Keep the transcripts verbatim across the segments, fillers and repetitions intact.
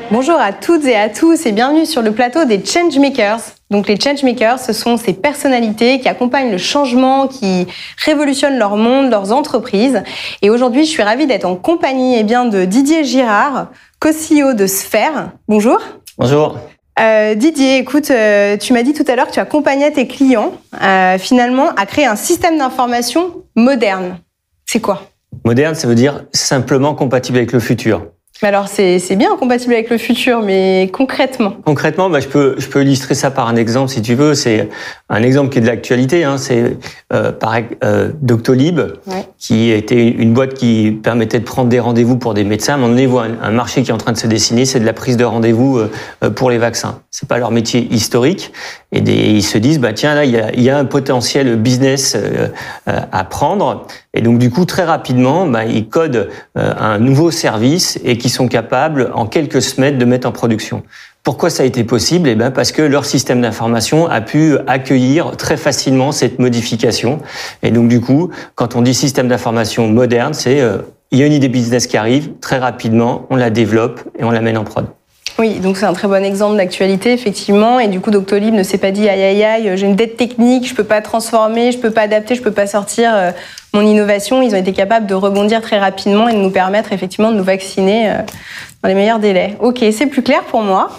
Bonjour à toutes et à tous et bienvenue sur le plateau des Changemakers. Donc les Changemakers, ce sont ces personnalités qui accompagnent le changement, qui révolutionnent leur monde, leurs entreprises. Et aujourd'hui, je suis ravie d'être en compagnie eh bien, de Didier Girard, co-C E O de Sphère. Bonjour. Bonjour. Euh, Didier, écoute, euh, tu m'as dit tout à l'heure que tu accompagnais tes clients euh, finalement à créer un système d'information moderne. C'est quoi ? Moderne, ça veut dire simplement compatible avec le futur. Alors, c'est, c'est bien compatible avec le futur, mais concrètement Concrètement, bah, je peux, je peux illustrer ça par un exemple, si tu veux. C'est un exemple qui est de l'actualité. Hein. C'est euh, par euh, Doctolib, ouais. qui était une boîte qui permettait de prendre des rendez-vous pour des médecins. À un moment donné, ils voient un, un marché qui est en train de se dessiner, c'est de la prise de rendez-vous euh, pour les vaccins. C'est pas leur métier historique. Et des, ils se disent, bah tiens, là, il y a, il y a un potentiel business euh, euh, à prendre. Et donc, du coup, très rapidement, bah, ils codent euh, un nouveau service et qui sont capables, en quelques semaines, de mettre en production. Pourquoi ça a été possible ? Eh bien, parce que leur système d'information a pu accueillir très facilement cette modification. Et donc, du coup, quand on dit système d'information moderne, c'est euh, il y a une idée business qui arrive, très rapidement, on la développe et on la mène en prod. Oui, donc c'est un très bon exemple d'actualité, effectivement. Et du coup, Doctolib ne s'est pas dit aïe aïe aïe, j'ai une dette technique, je peux pas transformer, je peux pas adapter, je peux pas sortir euh, mon innovation. Ils ont été capables de rebondir très rapidement et de nous permettre effectivement de nous vacciner euh, dans les meilleurs délais. Ok, c'est plus clair pour moi.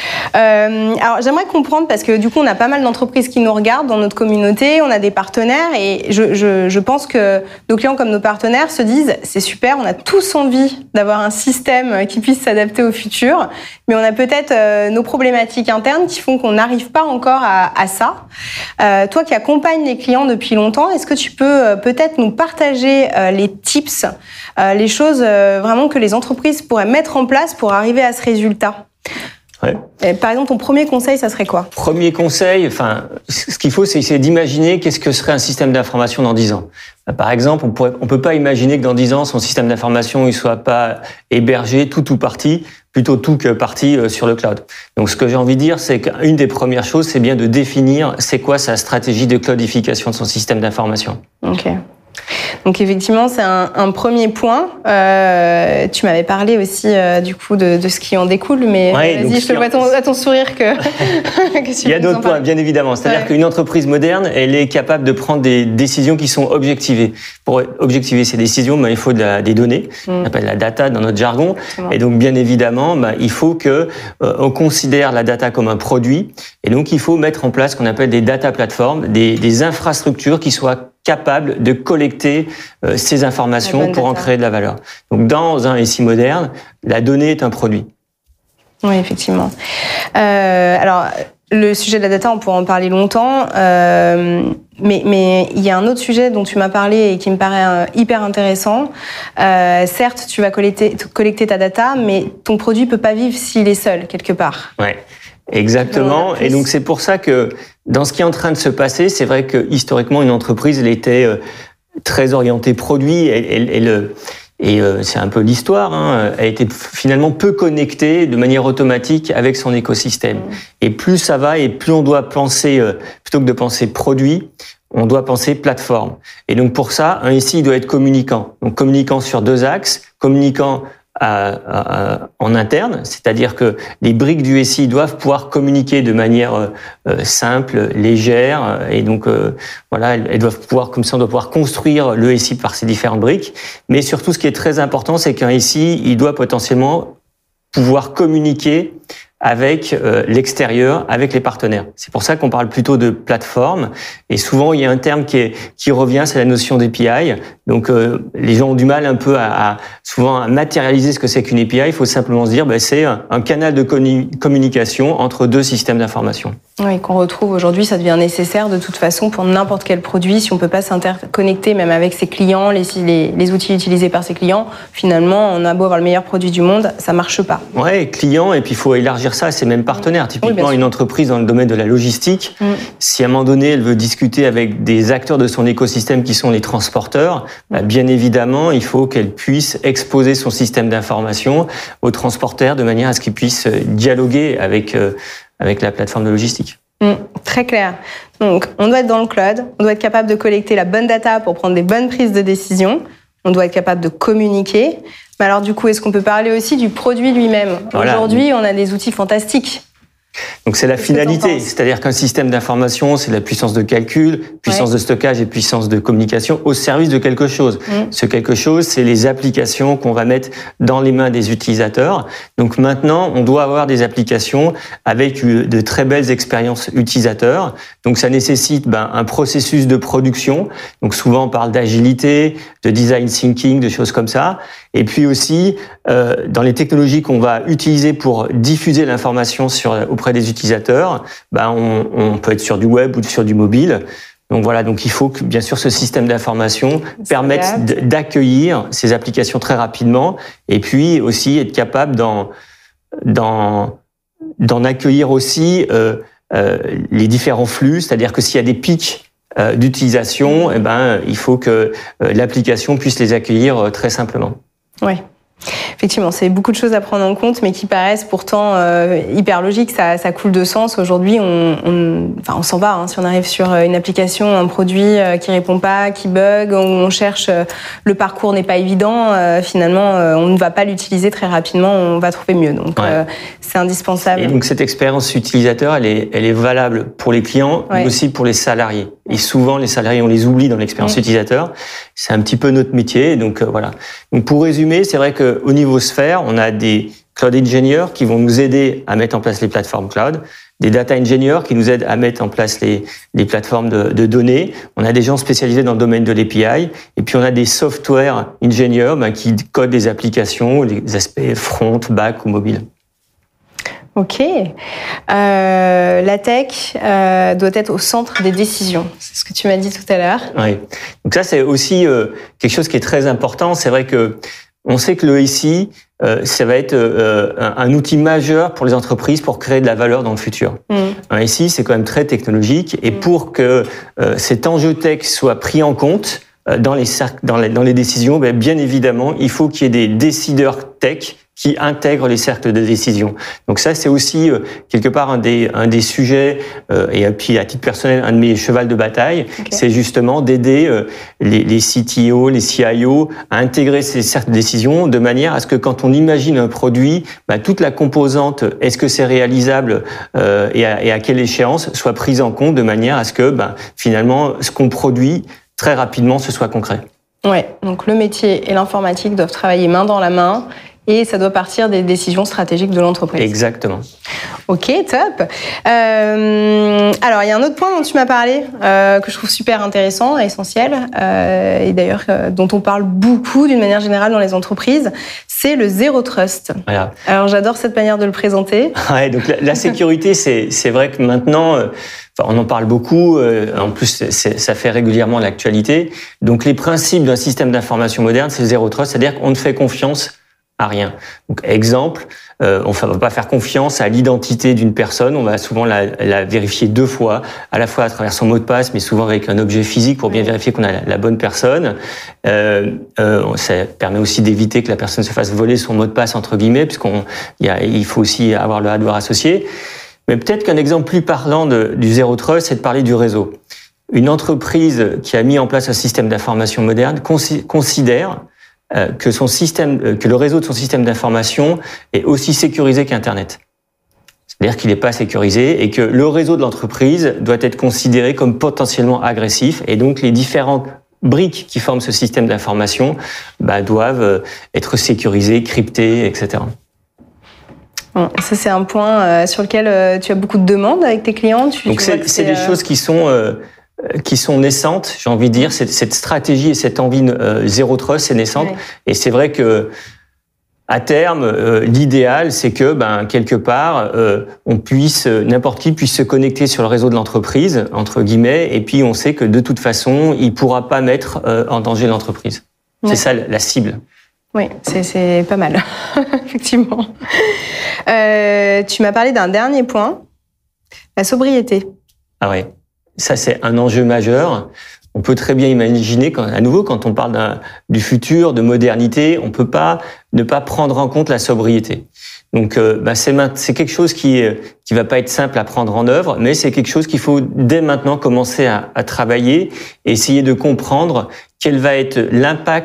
Euh, alors j'aimerais comprendre parce que du coup on a pas mal d'entreprises qui nous regardent dans notre communauté, on a des partenaires et je, je, je pense que nos clients comme nos partenaires se disent c'est super, on a tous envie d'avoir un système qui puisse s'adapter au futur, mais on a peut-être euh, nos problématiques internes qui font qu'on n'arrive pas encore à, à ça. Euh, toi qui accompagnes les clients depuis longtemps, est-ce que tu peux euh, peut-être nous partager euh, les tips, euh, les choses euh, vraiment que les entreprises pourraient mettre en place pour arriver à ce résultat ? Ouais. Et par exemple, ton premier conseil, ça serait quoi ? Premier conseil, enfin, ce qu'il faut, c'est essayer d'imaginer qu'est-ce que serait un système d'information dans dix ans. Par exemple, on pourrait, on peut pas imaginer que dans dix ans, son système d'information, il soit pas hébergé tout ou partie, plutôt tout que partie sur le cloud. Donc, ce que j'ai envie de dire, c'est qu'une des premières choses, c'est bien de définir c'est quoi sa stratégie de cloudification de son système d'information. Ok. Donc effectivement, c'est un, un premier point. Euh, tu m'avais parlé aussi euh, du coup de, de ce qui en découle, mais ouais, vas-y, je te vois à ton, à ton sourire que. que Il y a d'autres points, bien évidemment. C'est-à-dire ouais. qu'une entreprise moderne, elle est capable de prendre des décisions qui sont objectivées. Pour objectiver ces décisions, bah, il faut de la, des données. Mm. On appelle la data dans notre jargon. Exactement. Et donc, bien évidemment, bah, il faut que euh, on considère la data comme un produit. Et donc, il faut mettre en place ce qu'on appelle des data platforms, des, des infrastructures qui soient capable de collecter euh, ces informations pour data. En créer de la valeur. Donc, dans un S I moderne, la donnée est un produit. Oui, effectivement. Euh, alors, le sujet de la data, on pourra en parler longtemps, euh, mais, mais il y a un autre sujet dont tu m'as parlé et qui me paraît euh, hyper intéressant. Euh, certes, tu vas collecter, collecter ta data, mais ton produit peut pas vivre s'il est seul, quelque part. Ouais. Exactement. Et donc, c'est pour ça que dans ce qui est en train de se passer, c'est vrai que historiquement, une entreprise, elle était euh, très orientée produit. Elle, elle, elle, et euh, c'est un peu l'histoire. Hein, elle était finalement peu connectée de manière automatique avec son écosystème. Mmh. Et plus ça va, et plus on doit penser, euh, plutôt que de penser produit, on doit penser plateforme. Et donc, pour ça, un S I doit être communicant. Donc, communicant sur deux axes, communicant À, à, en interne, c'est-à-dire que les briques du S I doivent pouvoir communiquer de manière euh, simple, légère, et donc euh, voilà, elles, elles doivent pouvoir, comme ça, on doit pouvoir construire le S I par ces différentes briques. Mais surtout, ce qui est très important, c'est qu'un S I, il doit potentiellement pouvoir communiquer avec euh, l'extérieur, avec les partenaires. C'est pour ça qu'on parle plutôt de plateforme. Et souvent, il y a un terme qui, est, qui revient, c'est la notion d'A P I. Donc, euh, les gens ont du mal un peu à, à souvent à matérialiser ce que c'est qu'une A P I. Il faut simplement se dire, ben, c'est un, un canal de communication entre deux systèmes d'information. Oui, qu'on retrouve aujourd'hui, ça devient nécessaire de toute façon pour n'importe quel produit. Si on peut pas s'interconnecter, même avec ses clients, les, les, les outils utilisés par ses clients, finalement, on a beau avoir le meilleur produit du monde, ça marche pas. Ouais, clients, et puis il faut élargir ça à ses mêmes partenaires. Typiquement, oui, une entreprise dans le domaine de la logistique, mmh. si à un moment donné, elle veut discuter avec des acteurs de son écosystème qui sont les transporteurs, mmh. bah, bien évidemment, il faut qu'elle puisse exposer son système d'information aux transporteurs de manière à ce qu'ils puissent dialoguer avec, euh, avec la plateforme de logistique. Mmh, très clair. Donc, on doit être dans le cloud, on doit être capable de collecter la bonne data pour prendre des bonnes prises de décision, on doit être capable de communiquer. Mais alors du coup, est-ce qu'on peut parler aussi du produit lui-même ? Voilà. Aujourd'hui, on a des outils fantastiques. Donc c'est la finalité, c'est-à-dire qu'un système d'information, c'est la puissance de calcul, puissance ouais. de stockage et puissance de communication au service de quelque chose. Mmh. Ce quelque chose, c'est les applications qu'on va mettre dans les mains des utilisateurs. Donc maintenant, on doit avoir des applications avec de très belles expériences utilisateurs. Donc ça nécessite ben, un processus de production. Donc souvent on parle d'agilité, de design thinking, de choses comme ça. Et puis aussi, euh, dans les technologies qu'on va utiliser pour diffuser l'information sur auprès des utilisateurs, ben on, on peut être sur du web ou sur du mobile. Donc voilà, donc il faut que bien sûr ce système d'information permette d'accueillir ces applications très rapidement, et puis aussi être capable d'en d'en d'en accueillir aussi euh, euh, les différents flux, c'est-à-dire que s'il y a des pics euh, d'utilisation, eh ben il faut que euh, l'application puisse les accueillir euh, très simplement. Ouais. Effectivement, c'est beaucoup de choses à prendre en compte, mais qui paraissent pourtant euh, hyper logiques. Ça, ça coule de sens. Aujourd'hui, on, on, enfin, on s'en va. Hein. Si on arrive sur une application, un produit euh, qui répond pas, qui bug, où on cherche, euh, le parcours n'est pas évident. Euh, finalement, euh, on ne va pas l'utiliser très rapidement. On va trouver mieux. Donc, ouais. euh, c'est indispensable. Et donc, cette expérience utilisateur, elle est, elle est valable pour les clients, ouais. mais aussi pour les salariés. Et souvent, les salariés, on les oublie dans l'expérience mmh. utilisateur. C'est un petit peu notre métier. Donc euh, voilà. Donc pour résumer, c'est vrai que au niveau sphère, on a des cloud engineers qui vont nous aider à mettre en place les plateformes cloud, des data engineers qui nous aident à mettre en place les, les plateformes de, de données. On a des gens spécialisés dans le domaine de l'A P I, et puis on a des software engineers ben, qui codent des applications, les aspects front, back ou mobile. Ok. Euh, la tech euh, doit être au centre des décisions. C'est ce que tu m'as dit tout à l'heure. Oui. Donc ça, c'est aussi euh, quelque chose qui est très important. C'est vrai que on sait que le S I, euh, ça va être euh, un, un outil majeur pour les entreprises pour créer de la valeur dans le futur. Mmh. Un S I, c'est quand même très technologique, et mmh. pour que euh, cet enjeu tech soit pris en compte euh, dans les cercles, dans les, dans les décisions, ben, bien évidemment, il faut qu'il y ait des décideurs tech qui intègrent les cercles de décision. Donc ça, c'est aussi euh, quelque part un des un des sujets, euh, et puis à titre personnel, un de mes chevals de bataille, okay. c'est justement d'aider euh, les, les C T O, les C I O à intégrer ces cercles de décision de manière à ce que quand on imagine un produit, bah, toute la composante, est-ce que c'est réalisable euh, et, à, et à quelle échéance, soit prise en compte de manière à ce que bah, finalement ce qu'on produit très rapidement ce soit concret. Ouais, donc le métier et l'informatique doivent travailler main dans la main. Et ça doit partir des décisions stratégiques de l'entreprise. Exactement. Ok, top. Euh, alors, il y a un autre point dont tu m'as parlé, euh, que je trouve super intéressant, essentiel, euh, et d'ailleurs euh, dont on parle beaucoup d'une manière générale dans les entreprises, c'est le zéro trust. Voilà. Alors, j'adore cette manière de le présenter. Ouais, donc la, la sécurité, c'est, c'est vrai que maintenant, euh, enfin, on en parle beaucoup. Euh, en plus, c'est, ça fait régulièrement l'actualité. Donc, les principes d'un système d'information moderne, c'est le zéro trust, c'est-à-dire qu'on ne fait confiance à rien. Donc, exemple, euh, on ne va pas faire confiance à l'identité d'une personne. On va souvent la, la vérifier deux fois, à la fois à travers son mot de passe, mais souvent avec un objet physique pour bien vérifier qu'on a la, la bonne personne. Euh, euh, ça permet aussi d'éviter que la personne se fasse voler son mot de passe, entre guillemets, puisqu'on, il y a, il faut aussi avoir le hardware associé. Mais peut-être qu'un exemple plus parlant de, du zéro trust, c'est de parler du réseau. Une entreprise qui a mis en place un système d'information moderne considère que son système, que le réseau de son système d'information est aussi sécurisé qu'Internet. C'est-à-dire qu'il n'est pas sécurisé et que le réseau de l'entreprise doit être considéré comme potentiellement agressif, et donc les différentes briques qui forment ce système d'information bah, doivent être sécurisées, cryptées, et cetera. Bon, ça, c'est un point euh, sur lequel euh, tu as beaucoup de demandes avec tes clients. Tu, donc tu c'est, c'est des euh... choses qui sont euh, qui sont naissantes, j'ai envie de dire, cette, cette stratégie et cette envie euh, zéro trust, c'est naissante. Ouais. Et c'est vrai que à terme, euh, l'idéal, c'est que, ben, quelque part, euh, on puisse, n'importe qui puisse se connecter sur le réseau de l'entreprise, entre guillemets, et puis on sait que de toute façon, il pourra pas mettre euh, en danger l'entreprise. Ouais. C'est ça la cible. Oui, c'est, c'est pas mal, effectivement. Euh, tu m'as parlé d'un dernier point, la sobriété. Ah ouais. Ça, c'est un enjeu majeur. On peut très bien imaginer, quand, à nouveau, quand on parle d'un, du futur, de modernité, on peut pas ne pas prendre en compte la sobriété. Donc, euh, bah, c'est, c'est quelque chose qui qui va pas être simple à prendre en œuvre, mais c'est quelque chose qu'il faut dès maintenant commencer à, à travailler et essayer de comprendre quel va être l'impact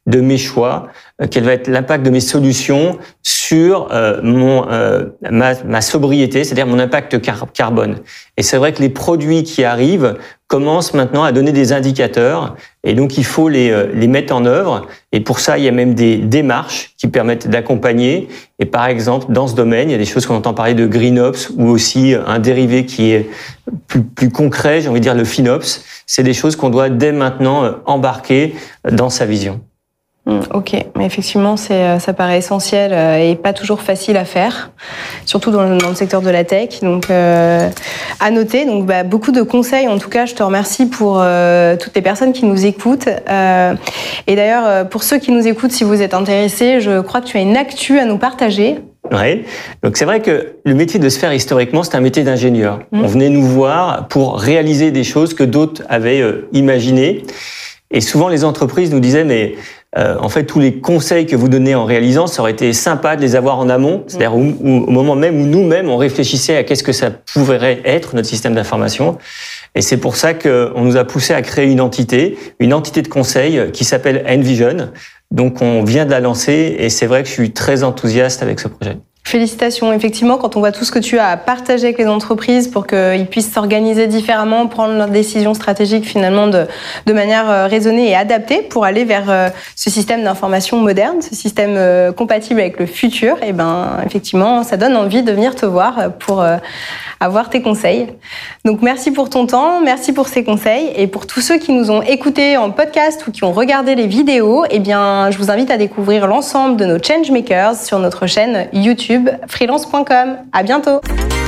de mes choix, euh, quel va être l'impact de mes solutions sur euh, mon euh, ma, ma sobriété, c'est-à-dire mon impact car- carbone. Et c'est vrai que les produits qui arrivent commencent maintenant à donner des indicateurs, et donc il faut les euh, les mettre en œuvre. Et pour ça, il y a même des démarches qui permettent d'accompagner. Et par exemple, dans ce domaine, il y a des choses qu'on entend parler de GreenOps, ou aussi un dérivé qui est plus plus concret, j'ai envie de dire le FinOps. C'est des choses qu'on doit dès maintenant embarquer dans sa vision. Ok, mais effectivement, c'est, ça paraît essentiel et pas toujours facile à faire, surtout dans le, dans le secteur de la tech. Donc, euh, à noter. Donc, bah, beaucoup de conseils. En tout cas, je te remercie pour euh, toutes les personnes qui nous écoutent. Euh, et d'ailleurs, pour ceux qui nous écoutent, si vous êtes intéressés, je crois que tu as une actu à nous partager. Ouais. Donc c'est vrai que le métier de Sphère, historiquement, c'est un métier d'ingénieur. Mmh. On venait nous voir pour réaliser des choses que d'autres avaient euh, imaginées. Et souvent, les entreprises nous disaient, mais euh, en fait, tous les conseils que vous donnez en réalisant, ça aurait été sympa de les avoir en amont, c'est-à-dire où, où, au moment même où nous-mêmes, on réfléchissait à qu'est-ce que ça pourrait être, notre système d'information. Et c'est pour ça qu'on nous a poussé à créer une entité, une entité de conseil qui s'appelle Envision. Donc, on vient de la lancer et c'est vrai que je suis très enthousiaste avec ce projet. Félicitations. Effectivement, quand on voit tout ce que tu as à partager avec les entreprises pour qu'ils puissent s'organiser différemment, prendre leurs décisions stratégiques finalement de, de manière raisonnée et adaptée pour aller vers ce système d'information moderne, ce système compatible avec le futur, et ben effectivement, ça donne envie de venir te voir pour avoir tes conseils. Donc merci pour ton temps, merci pour ces conseils, et pour tous ceux qui nous ont écoutés en podcast ou qui ont regardé les vidéos, eh bien je vous invite à découvrir l'ensemble de nos changemakers sur notre chaîne YouTube freelance point com. À bientôt.